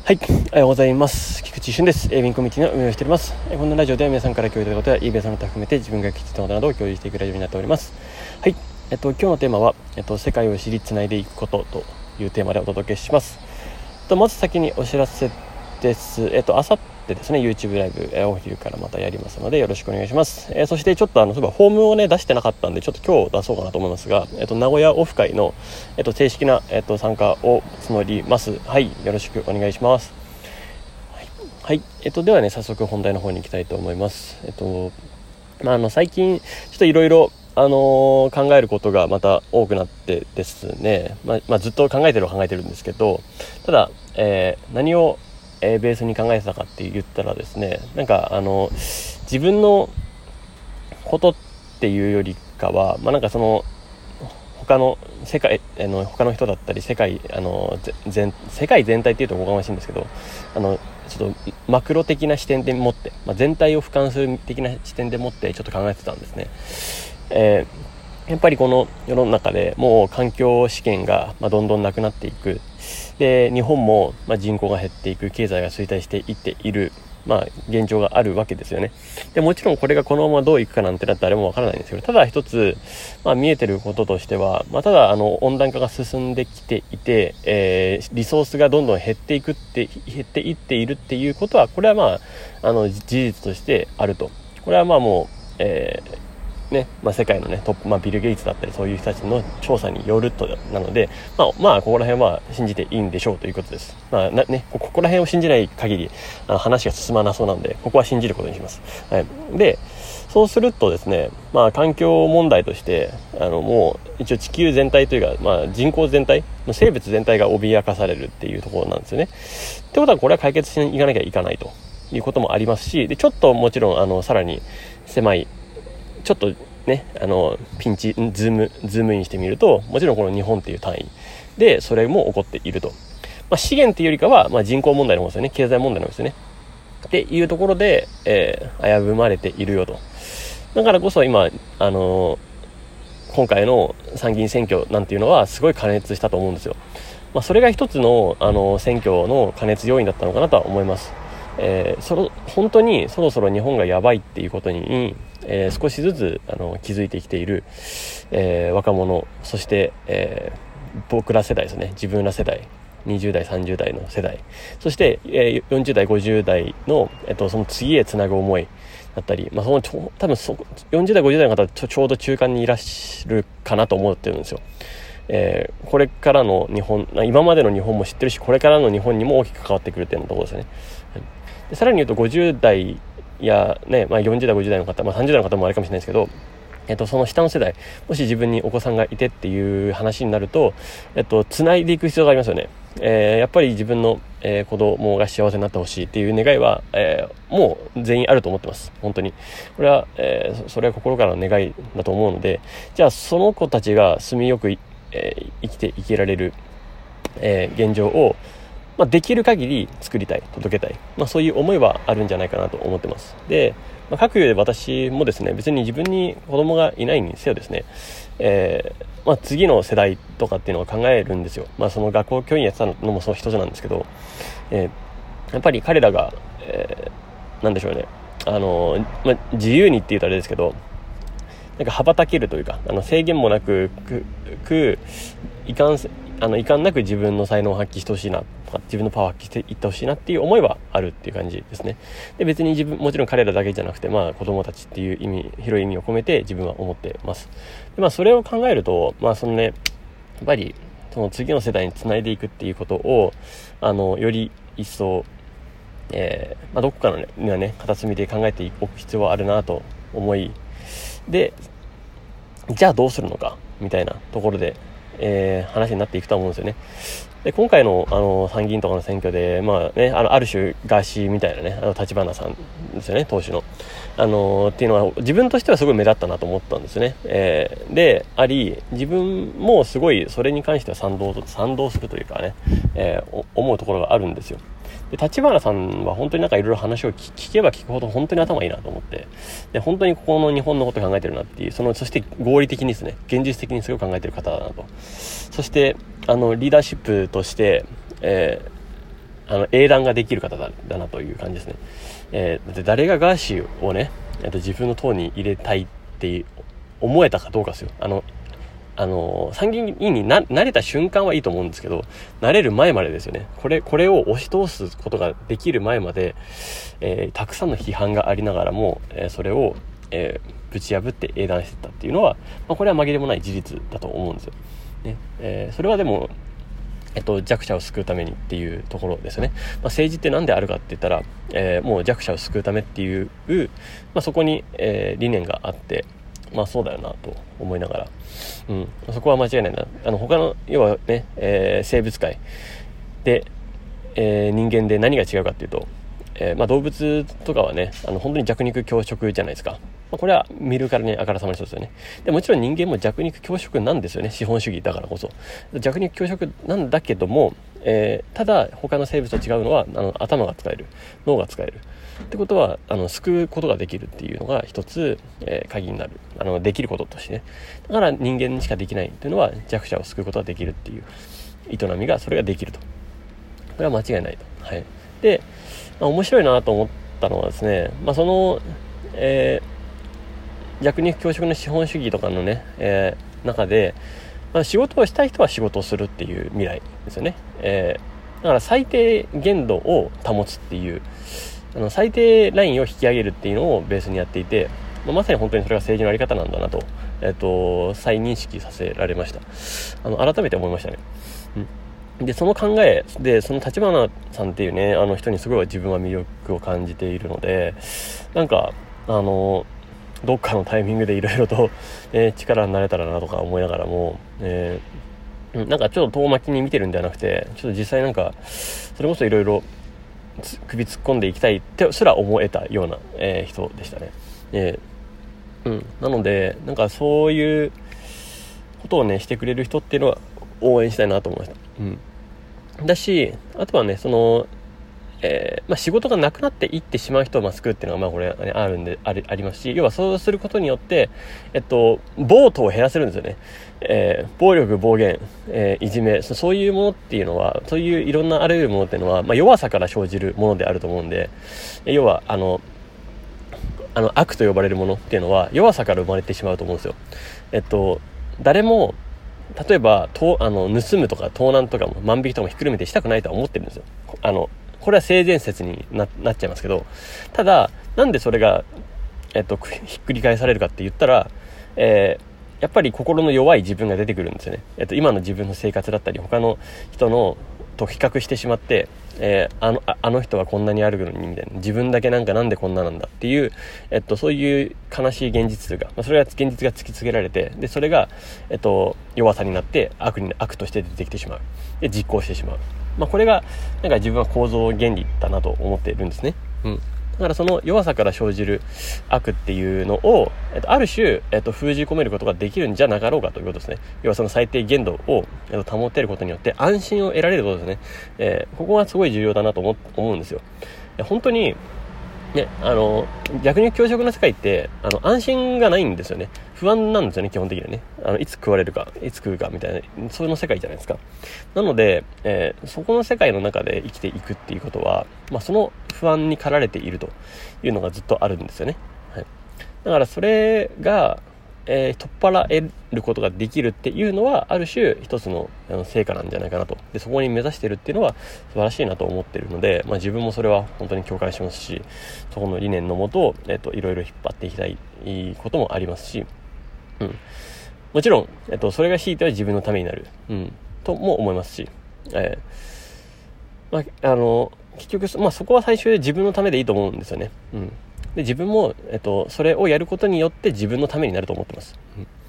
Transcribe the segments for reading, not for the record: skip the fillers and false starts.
はい、おはようございます。菊池俊です。ウィンコミュニティの運営をしております。このラジオでは皆さんから共有いただいたことや eBay さんの他含めて自分が聞いたことなどを共有していくラジオになっております。はい、今日のテーマは、世界を知りつないでいくことというテーマでお届けします。まず先にお知らせです。あさってですね YouTube ライブ、お昼からまたやりますのでよろしくお願いします。そしてちょっとそういえばフォームをね出してなかったんでちょっと今日出そうかなと思いますが、名古屋オフ会の、正式な、参加を募ります。はい、よろしくお願いします。はい、ではね早速本題の方に行きたいと思います。最近ちょっといろいろ考えることがまた多くなってですね、ずっと考えてるんですけど、ただ、何を、ベースに考えてたかって言ったらですね、なんか自分のことっていうよりかは、なんかその他の世界他の人だったり世界全体っていうとおこがましいんですけど、ちょっとマクロ的な視点でもって、全体を俯瞰する的な視点でもってちょっと考えてたんですね。やっぱりこの世の中でもう環境資源がどんどんなくなっていく。で日本も人口が減っていく、経済が衰退していっている現状があるわけですよね。でもちろんこれがこのままどういくかなんて誰もわからないんですけど、ただ一つ、見えてることとしては、ただ温暖化が進んできていて、リソースがどんどん減っていっているっていうことは、これは事実としてあると。これはもう、世界のねトップ、ビル・ゲイツだったりそういう人たちの調査によるとなので、ここら辺は信じていいんでしょうということです。ここら辺を信じない限り話が進まなそうなので、ここは信じることにします。はい、でそうするとですね、環境問題としてもう一応地球全体というか、人口全体の生物全体が脅かされるっていうところなんですよね。ってことはこれは解決しに行かなきゃいかないということもありますし、でちょっともちろんさらに狭いちょっとねピンチズームインしてみると、もちろんこの日本っていう単位でそれも起こっていると、資源っていうよりかは、人口問題の方ですよね、経済問題の方ですよねっていうところで、危ぶまれているよと。だからこそ今今回の参議院選挙なんていうのはすごい過熱したと思うんですよ。それが一つの選挙の過熱要因だったのかなとは思います。本当にそろそろ日本がやばいっていうことに、少しずつ気づいてきている、若者、そして、僕ら世代ですね、自分ら世代、20代30代の世代、そして、40代50代の、その次へつなぐ思いだったり、多分40代50代の方はちょうど中間にいらっしゃるかなと思ってるんですよ。これからの日本、今までの日本も知ってるし、これからの日本にも大きく関わってくるっていうようなところですよね。でさらに言うと50代や、40代50代の方、30代の方もあれかもしれないですけど、その下の世代、もし自分にお子さんがいてっていう話になると、繋いでいく必要がありますよね。やっぱり自分の、子供が幸せになってほしいっていう願いは、もう全員あると思ってます。本当にこれは、それは心からの願いだと思うので、じゃあその子たちが住みよく、生きていけられる、現状をできる限り作りたい、届けたい、そういう思いはあるんじゃないかなと思ってます。で、各有で私もですね、別に自分に子供がいないにせよですね、次の世代とかっていうのを考えるんですよ。その学校教員やってたのもその一つなんですけど、やっぱり彼らが、なんでしょうね、自由にって言うとあれですけど、なんか羽ばたけるというか、制限もなく遺憾なく自分の才能を発揮してほしいなとか、自分のパワーを発揮していってほしいなっていう思いはあるっていう感じですね。で別にもちろん彼らだけじゃなくて、子供たちっていう広い意味を込めて自分は思ってます。でそれを考えると、そのね、やっぱりその次の世代につないでいくっていうことをより一層、どこかのにはね片隅で考えておく必要はあるなと思い、でじゃあどうするのかみたいなところで、話になっていくと思うんですよね。で今回の参議院とかの選挙で、ある種ガーシーみたいなね、立花さんですよね、党首のっていうのは自分としてはすごい目立ったなと思ったんですね。であり、自分もすごいそれに関しては賛同するというかね、思うところがあるんですよ。で立花さんは本当にいろいろ話を聞けば聞くほど本当に頭いいなと思って、で本当にここの日本のことを考えてるなっていう、そして合理的にですね、現実的にすごい考えてる方だなと。そしてリーダーシップとして、 英断ができる方だなという感じですね。だって誰がガーシーをね、自分の党に入れたいって思えたかどうかですよ。参議院議員になれた瞬間はいいと思うんですけど、なれる前までですよね。これを押し通すことができる前まで、たくさんの批判がありながらも、それを、ぶち破って英断してたっていうのは、これは紛れもない事実だと思うんですよ、ね。それはでも、弱者を救うためにっていうところですよね。政治って何であるかって言ったら、もう弱者を救うためっていう、そこに、理念があって、そうだよなと思いながら、そこは間違いないな。他の要はね、生物界で、人間で何が違うかっていうと、動物とかはね、本当に弱肉強食じゃないですか。これは見るからにあからさまにそうですよね。でもちろん人間も弱肉強食なんですよね。資本主義だからこそ弱肉強食なんだけども、ただ他の生物と違うのは頭が使える、脳が使えるってことは救うことができるっていうのが一つ、鍵になるできることとしてね。だから人間にしかできないというのは弱者を救うことができるっていう営みが、それができると、これは間違いないと。はい。で、面白いなと思ったのはですね、その、弱肉強食の資本主義とかのね、中で、仕事をしたい人は仕事をするっていう未来ですよね。だから最低限度を保つっていう最低ラインを引き上げるっていうのをベースにやっていて、まさに本当にそれが政治のあり方なんだなと、再認識させられました。改めて思いましたね。でその考えで、その立花さんっていうね人にすごい自分は魅力を感じているので、なんかどっかのタイミングでいろいろと、力になれたらなとか思いながらも、なんかちょっと遠巻きに見てるんではなくて、ちょっと実際なんかそれこそいろいろ首突っ込んでいきたいってすら思えたような、人でしたね。なのでなんかそういうことをねしてくれる人っていうのは応援したいなと思いました。だし、あとはね仕事がなくなっていってしまう人を救うっていうのがこれ、ね、ありますし、要はそうすることによって、暴徒を減らせるんですよね。暴力、暴言、いじめ、そういうものっていうのは、そういういろんなあらゆるものっていうのは、弱さから生じるものであると思うんで、要は悪と呼ばれるものっていうのは弱さから生まれてしまうと思うんですよ。誰も例えば盗むとか盗難とかも万引きとかもひっくるめてしたくないとは思ってるんですよ。これは性善説に なっちゃいますけど、ただなんでそれが、ひっくり返されるかって言ったら、やっぱり心の弱い自分が出てくるんですよね。今の自分の生活だったり他の人のと比較してしまって、あの人はこんなにあるのにみたいな、自分だけなんでこんななんだっていう、そういう悲しい現実というか、それが現実が突きつけられて、でそれが、弱さになって悪として出てきてしまう、で実行してしまう。これがなんか自分は構造原理だなと思っているんですね。だからその弱さから生じる悪っていうのを、ある種、封じ込めることができるんじゃなかろうかということですね。要はその最低限度を、保てることによって安心を得られることですね。ここがすごい重要だなと思うんですよ。本当にね、逆に強食の世界って安心がないんですよね。不安なんですよね、基本的にはね。いつ食われるかいつ食うかみたいな、そういう世界じゃないですか。なので、そこの世界の中で生きていくっていうことは、その不安に駆られているというのがずっとあるんですよね。はい、だからそれが、取っ払えることができるっていうのはある種一つの成果なんじゃないかなと。でそこに目指しているっていうのは素晴らしいなと思っているので、自分もそれは本当に共感しますし、そこの理念のもと、いろいろ引っ張っていきたいこともありますし、もちろん、それが強いては自分のためになる、とも思いますし、結局、そこは最終で自分のためでいいと思うんですよね。で自分も、それをやることによって自分のためになると思ってます。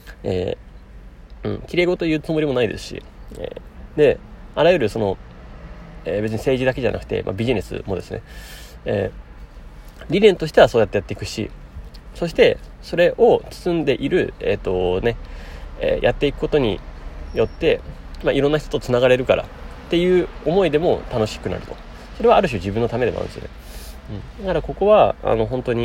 綺麗事言うつもりもないですし、であらゆるその、別に政治だけじゃなくて、ビジネスもですね、理念としてはそうやってやっていくし、そしてそれを包んでいる、やっていくことによって、いろんな人とつながれるからっていう思いでも楽しくなると。それはある種自分のためでもあるんですよね。だからここは本当に、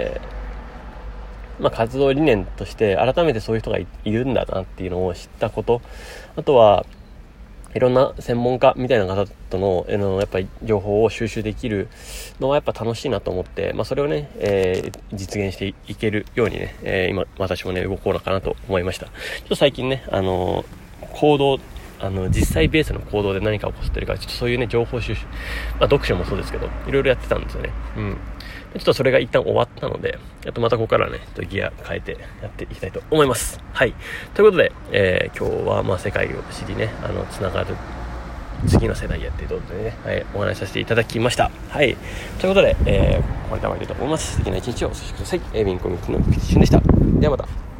活動理念として改めてそういう人がいるんだなっていうのを知ったこと、あとは、 いろんな専門家みたいな方との、やっぱり情報を収集できるのはやっぱ楽しいなと思って、それをね、実現していけるようにね、今私もね動こうかなと思いました。ちょっと最近ね、行動実際ベースの行動で何か起こってるから、ちょっとそういうね情報収集、読書もそうですけどいろいろやってたんですよね。ちょっとそれが一旦終わったので、またここからねギア変えてやっていきたいと思います。はい、ということで、今日は世界を知りねつながる次の世代へっていうことでね、お話しさせていただきました。はい、ということで、これで終わりたいと思います。素敵な一日をお過ごしください。ウィンコミックの菊池俊でした。ではまた。